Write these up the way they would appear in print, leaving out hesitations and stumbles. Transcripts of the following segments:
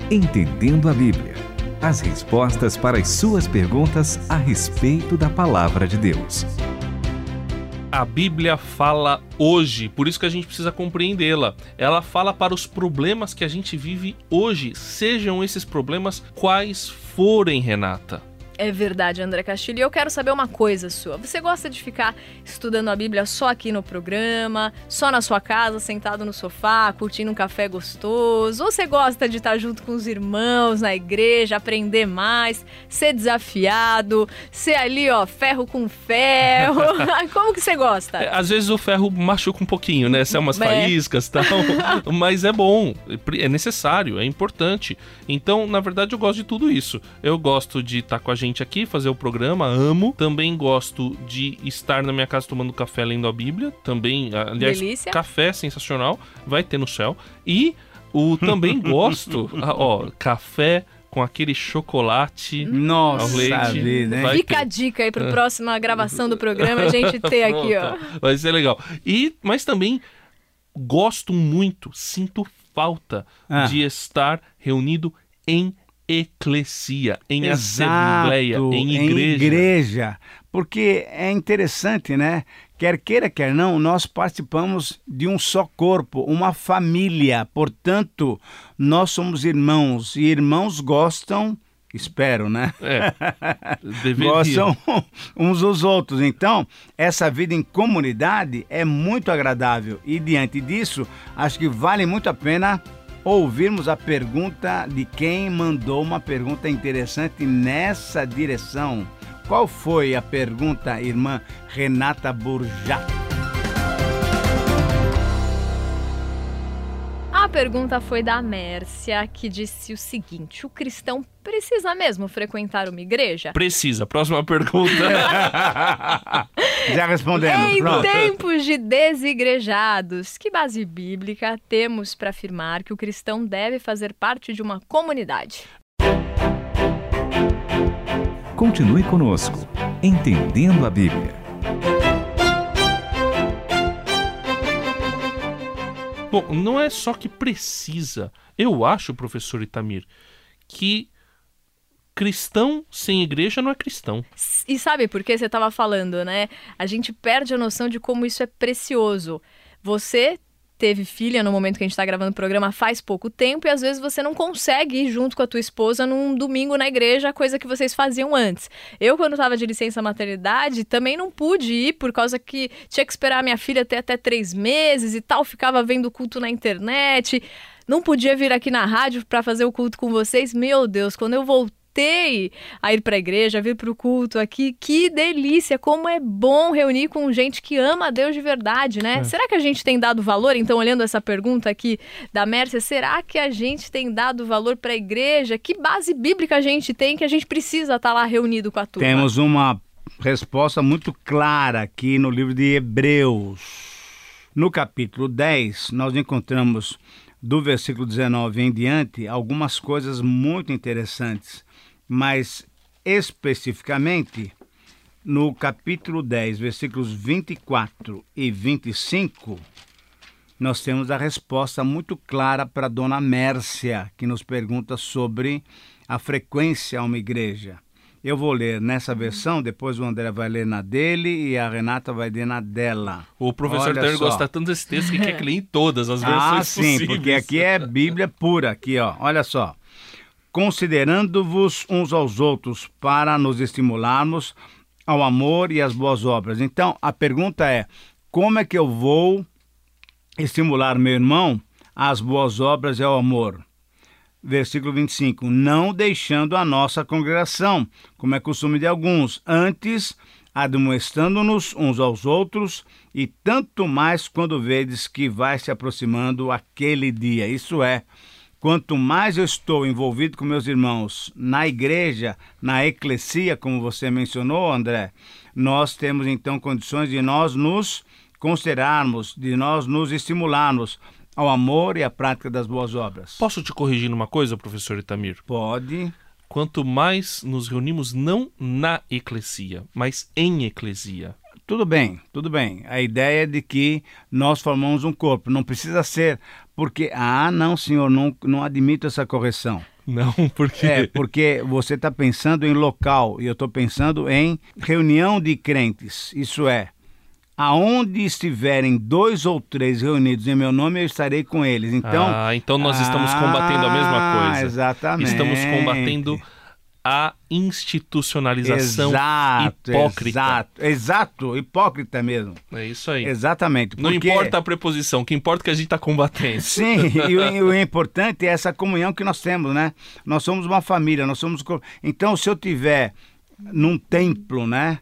Entendendo a Bíblia. As respostas para as suas perguntas a respeito da Palavra de Deus. A Bíblia fala hoje, por isso que a gente precisa compreendê-la. Ela fala para os problemas que a gente vive hoje, sejam esses problemas quais forem, Renata. É verdade, André Castilho. E eu quero saber uma coisa sua. Você gosta de ficar estudando a Bíblia só aqui no programa, só na sua casa, sentado no sofá, curtindo um café gostoso? Ou você gosta de estar junto com os irmãos na igreja, aprender mais, ser desafiado, ser ali, ferro com ferro? Como que você gosta? Às vezes o ferro machuca um pouquinho, né? São umas faíscas e tal, mas é bom, é necessário, é importante. Então, na verdade, eu gosto de tudo isso. Eu gosto de estar com a gente aqui, fazer o programa, amo. Também gosto de estar na minha casa tomando café, lendo a Bíblia. Também, aliás, delícia. Café sensacional, vai ter no céu. E também gosto, café com aquele chocolate ao leite. Vida, fica a dica aí para a próxima gravação do programa, a gente ter aqui, Vai ser legal. Mas também gosto muito, sinto falta de estar reunido em eclesia, em assembleia, em igreja. Porque é interessante, né? Quer queira, quer não, nós participamos de um só corpo, uma família. Portanto, nós somos irmãos e irmãos gostam, espero, né? Gostam uns dos outros. Então, essa vida em comunidade é muito agradável e diante disso, acho que vale muito a pena ouvirmos a pergunta de quem mandou uma pergunta interessante nessa direção. Qual foi a pergunta, irmã Renata Burjá? A pergunta foi da Mércia, que disse o seguinte: o cristão precisa mesmo frequentar uma igreja? Precisa. Próxima pergunta. Já respondemos. Em tempos de desigrejados, que base bíblica temos para afirmar que o cristão deve fazer parte de uma comunidade? Continue conosco, Entendendo a Bíblia. Bom, não é só que precisa. Eu acho, professor Itamir, que cristão sem igreja não é cristão. E sabe por que você estava falando, né? A gente perde a noção de como isso é precioso. Você teve filha no momento que a gente está gravando o programa faz pouco tempo e às vezes você não consegue ir junto com a tua esposa num domingo na igreja, coisa que vocês faziam antes. Eu, quando estava de licença maternidade, também não pude ir por causa que tinha que esperar a minha filha ter até 3 meses e tal, ficava vendo o culto na internet, não podia vir aqui na rádio para fazer o culto com vocês. Meu Deus, quando eu voltei a ir para a igreja, a vir para o culto aqui, que delícia, como é bom reunir com gente que ama a Deus de verdade, né? Será que a gente tem dado valor? Então, olhando essa pergunta aqui da Mércia, será que a gente tem dado valor para a igreja? Que base bíblica a gente tem que a gente precisa estar lá reunido com a turma? Temos uma resposta muito clara aqui no livro de Hebreus. No capítulo 10, nós encontramos do versículo 19 em diante algumas coisas muito interessantes. Mas, especificamente, no capítulo 10, versículos 24 e 25, nós temos a resposta muito clara para a dona Mércia, que nos pergunta sobre a frequência a uma igreja. Eu vou ler nessa versão, depois o André vai ler na dele e a Renata vai ler na dela. O professor Ter gosta tanto desse texto que quer que leia em todas as versões possíveis. Sim, porque aqui é Bíblia pura, aqui, olha só. Considerando-vos uns aos outros para nos estimularmos ao amor e às boas obras. Então, a pergunta é, como é que eu vou estimular meu irmão às boas obras e ao amor? Versículo 25, não deixando a nossa congregação, como é costume de alguns, antes admoestando-nos uns aos outros, e tanto mais quando vedes que vai se aproximando aquele dia. Isso é, quanto mais eu estou envolvido com meus irmãos na igreja, na eclesia, como você mencionou, André, nós temos então condições de nós nos considerarmos, de nós nos estimularmos ao amor e à prática das boas obras. Posso te corrigir numa coisa, professor Itamir? Pode. Quanto mais nos reunimos não na eclesia, mas em eclesia. Tudo bem, tudo bem. A ideia é de que nós formamos um corpo. Não precisa ser porque, não senhor, não admito essa correção. Não, por quê? Porque você está pensando em local e eu estou pensando em reunião de crentes. Isso é, aonde estiverem 2 ou 3 reunidos em meu nome, eu estarei com eles. Então nós estamos combatendo a mesma coisa. Exatamente. Estamos combatendo a institucionalização hipócrita. Exato, hipócrita mesmo. É isso aí. Exatamente. Não importa a preposição, o que importa é que a gente está combatendo. Sim, e o importante é essa comunhão que nós temos, né? Nós somos uma família, Então, se eu tiver num templo, né?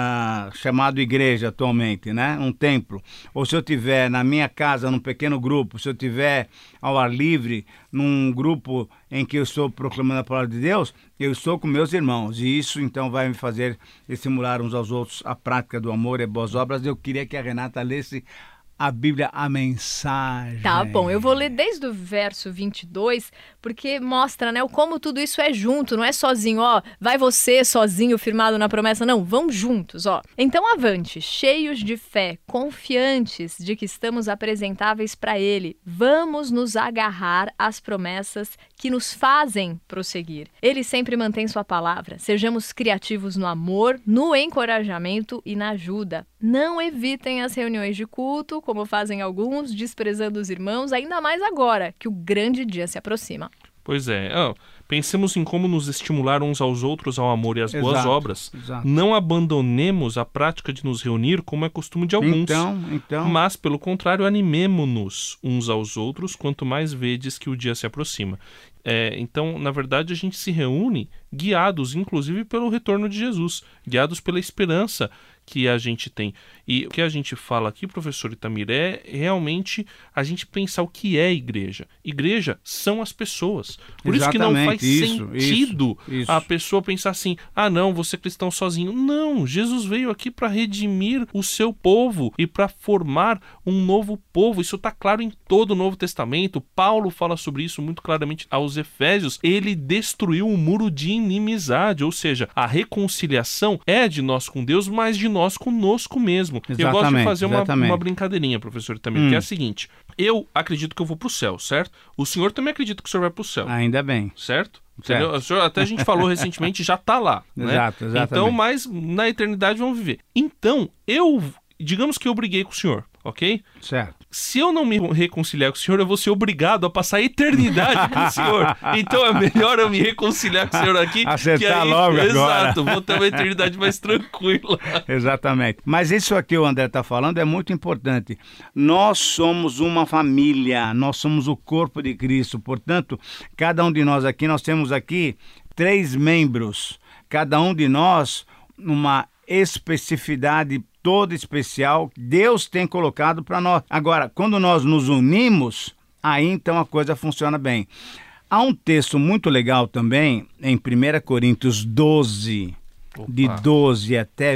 Chamado igreja atualmente, né? Um templo. Ou se eu tiver na minha casa, num pequeno grupo, se eu tiver ao ar livre, num grupo em que eu estou proclamando a palavra de Deus, eu estou com meus irmãos. E isso, então, vai me fazer estimular uns aos outros a prática do amor e boas obras. Eu queria que a Renata lesse a Bíblia, a mensagem. Tá bom, eu vou ler desde o verso 22, porque mostra, né, como tudo isso é junto, não é sozinho, vai você sozinho firmado na promessa, não, vamos juntos, Então avante, cheios de fé, confiantes de que estamos apresentáveis para Ele, vamos nos agarrar às promessas que nos fazem prosseguir. Ele sempre mantém sua palavra, sejamos criativos no amor, no encorajamento e na ajuda. Não evitem as reuniões de culto, como fazem alguns, desprezando os irmãos, ainda mais agora, que o grande dia se aproxima. Pois é. Pensemos em como nos estimular uns aos outros ao amor e às boas obras. Exato. Não abandonemos a prática de nos reunir, como é costume de alguns. Então... Mas, pelo contrário, animemo-nos uns aos outros, quanto mais vedes que o dia se aproxima. Então, na verdade, a gente se reúne guiados, inclusive, pelo retorno de Jesus, guiados pela esperança que a gente tem. E o que a gente fala aqui, professor Itamir, é realmente a gente pensar o que é igreja. Igreja são as pessoas. Por isso que não faz sentido a pessoa pensar assim, não, você é cristão sozinho. Não, Jesus veio aqui para redimir o seu povo e para formar um novo povo. Isso está claro em todo o Novo Testamento. Paulo fala sobre isso muito claramente aos Efésios. Ele destruiu um muro de inimizade, ou seja, a reconciliação é de nós com Deus, mas de nós conosco mesmo. Eu gosto de fazer uma brincadeirinha, professor Itamir, que é a seguinte: eu acredito que eu vou pro céu, certo? O senhor também acredita que o senhor vai pro céu. Ainda bem. Certo? Entendeu? O senhor, até a gente falou recentemente, já tá lá. Né? Exatamente. Então, mas na eternidade vamos viver. Então, digamos que eu briguei com o senhor, ok? Certo. Se eu não me reconciliar com o senhor, eu vou ser obrigado a passar a eternidade com o senhor. Então é melhor eu me reconciliar com o senhor aqui. Acertar logo agora. Exato, vou ter uma eternidade mais tranquila. Exatamente. Mas isso aqui o André está falando é muito importante. Nós somos uma família, nós somos o corpo de Cristo. Portanto, cada um de nós aqui, nós temos aqui 3 membros. Cada um de nós, uma especificidade toda especial, Deus tem colocado para nós. Agora, quando nós nos unimos, aí então a coisa funciona bem. Há um texto muito legal também, em 1 Coríntios 12, de 12 até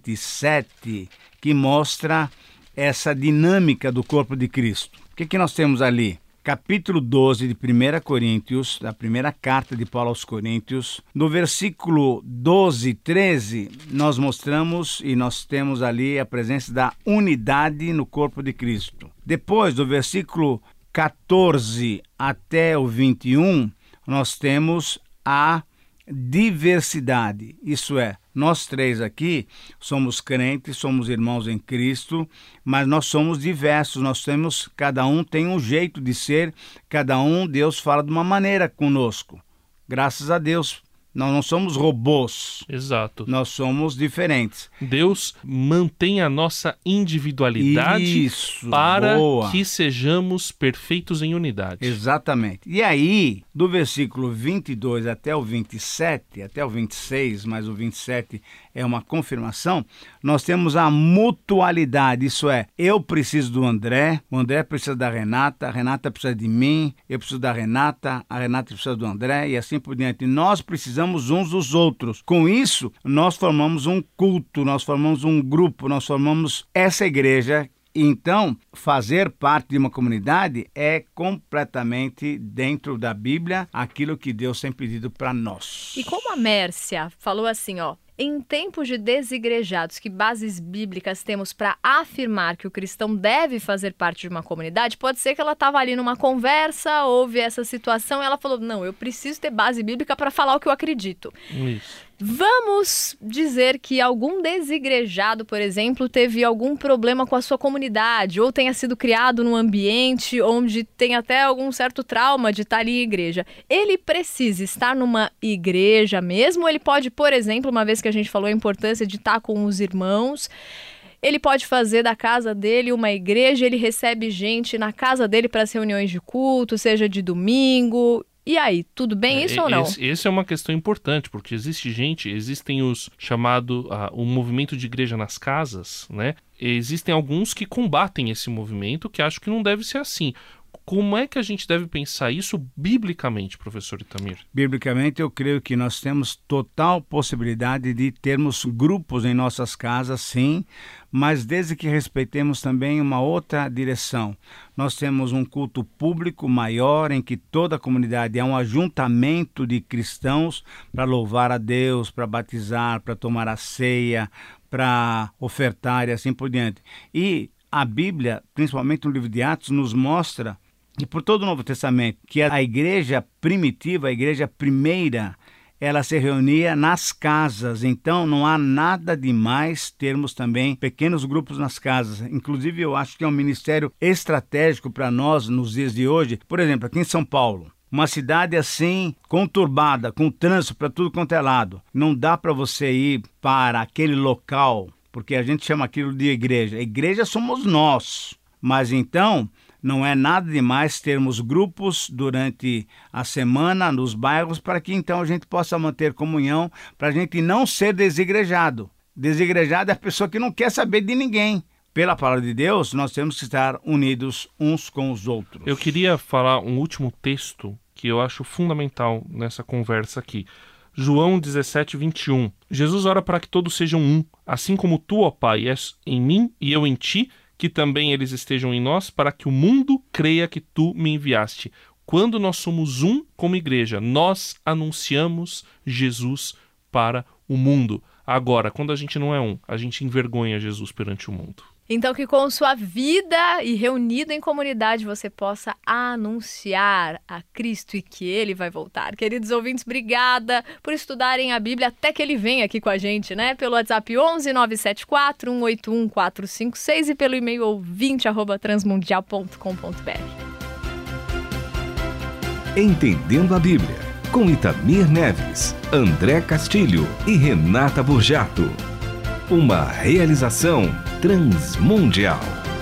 27, que mostra essa dinâmica do corpo de Cristo. O que nós temos ali? Capítulo 12 de 1 Coríntios, da primeira carta de Paulo aos Coríntios, no versículo 12 e 13, nós mostramos e nós temos ali a presença da unidade no corpo de Cristo. Depois, do versículo 14 até o 21, nós temos a diversidade, isso é, nós 3 aqui somos crentes, somos irmãos em Cristo, mas nós somos diversos, cada um tem um jeito de ser, cada um, Deus fala de uma maneira conosco, graças a Deus. Nós não somos robôs. Exato. Nós somos diferentes. Deus mantém a nossa individualidade para que sejamos perfeitos em unidade. Exatamente. E aí, do versículo 22 até o 27, até o 26, mas o 27 é uma confirmação, nós temos a mutualidade, isso é, eu preciso do André, o André precisa da Renata, a Renata precisa de mim, eu preciso da Renata, a Renata precisa do André e assim por diante. Nós precisamos uns dos outros. Com isso, nós formamos um culto, nós formamos um grupo, nós formamos essa igreja. Então, fazer parte de uma comunidade é completamente dentro da Bíblia aquilo que Deus tem pedido para nós. E como a Mércia falou assim, Em tempos de desigrejados, que bases bíblicas temos para afirmar que o cristão deve fazer parte de uma comunidade? Pode ser que ela estava ali numa conversa, houve essa situação e ela falou, não, eu preciso ter base bíblica para falar o que eu acredito. Isso. Vamos dizer que algum desigrejado, por exemplo, teve algum problema com a sua comunidade ou tenha sido criado num ambiente onde tem até algum certo trauma de estar ali em igreja. Ele precisa estar numa igreja mesmo? Ou ele pode, por exemplo, uma vez que a gente falou a importância de estar com os irmãos, ele pode fazer da casa dele uma igreja, ele recebe gente na casa dele para as reuniões de culto, seja de domingo. E aí, tudo bem isso ou não? Essa é uma questão importante, porque existem os o movimento de igreja nas casas, né? Existem alguns que combatem esse movimento, que acham que não deve ser assim. Como é que a gente deve pensar isso biblicamente, professor Itamir? Biblicamente, eu creio que nós temos total possibilidade de termos grupos em nossas casas, sim, mas desde que respeitemos também uma outra direção. Nós temos um culto público maior em que toda a comunidade é um ajuntamento de cristãos para louvar a Deus, para batizar, para tomar a ceia, para ofertar e assim por diante. E a Bíblia, principalmente no livro de Atos, nos mostra, e por todo o Novo Testamento, que a igreja primitiva, a igreja primeira, ela se reunia nas casas. Então não há nada demais termos também pequenos grupos nas casas. Inclusive eu acho que é um ministério estratégico para nós nos dias de hoje. Por exemplo, aqui em São Paulo, uma cidade assim, conturbada, com trânsito para tudo quanto é lado. Não dá para você ir para aquele local, porque a gente chama aquilo de igreja. A igreja somos nós. Mas então, não é nada demais termos grupos durante a semana nos bairros para que então a gente possa manter comunhão, para a gente não ser desigrejado. Desigrejado é a pessoa que não quer saber de ninguém. Pela palavra de Deus, nós temos que estar unidos uns com os outros. Eu queria falar um último texto que eu acho fundamental nessa conversa aqui. João 17, 21. Jesus ora para que todos sejam um, assim como tu, ó Pai, és em mim e eu em ti, que também eles estejam em nós, para que o mundo creia que tu me enviaste. Quando nós somos um como igreja, nós anunciamos Jesus para o mundo. Agora, quando a gente não é um, a gente envergonha Jesus perante o mundo. Então que com sua vida e reunido em comunidade você possa anunciar a Cristo e que Ele vai voltar. Queridos ouvintes, obrigada por estudarem a Bíblia até que Ele venha aqui com a gente, né? Pelo WhatsApp 11 974 181 456 e pelo e-mail ouvinte@transmundial.com.br. Entendendo a Bíblia, com Itamir Neves, André Castilho e Renata Burjato. Uma realização Transmundial.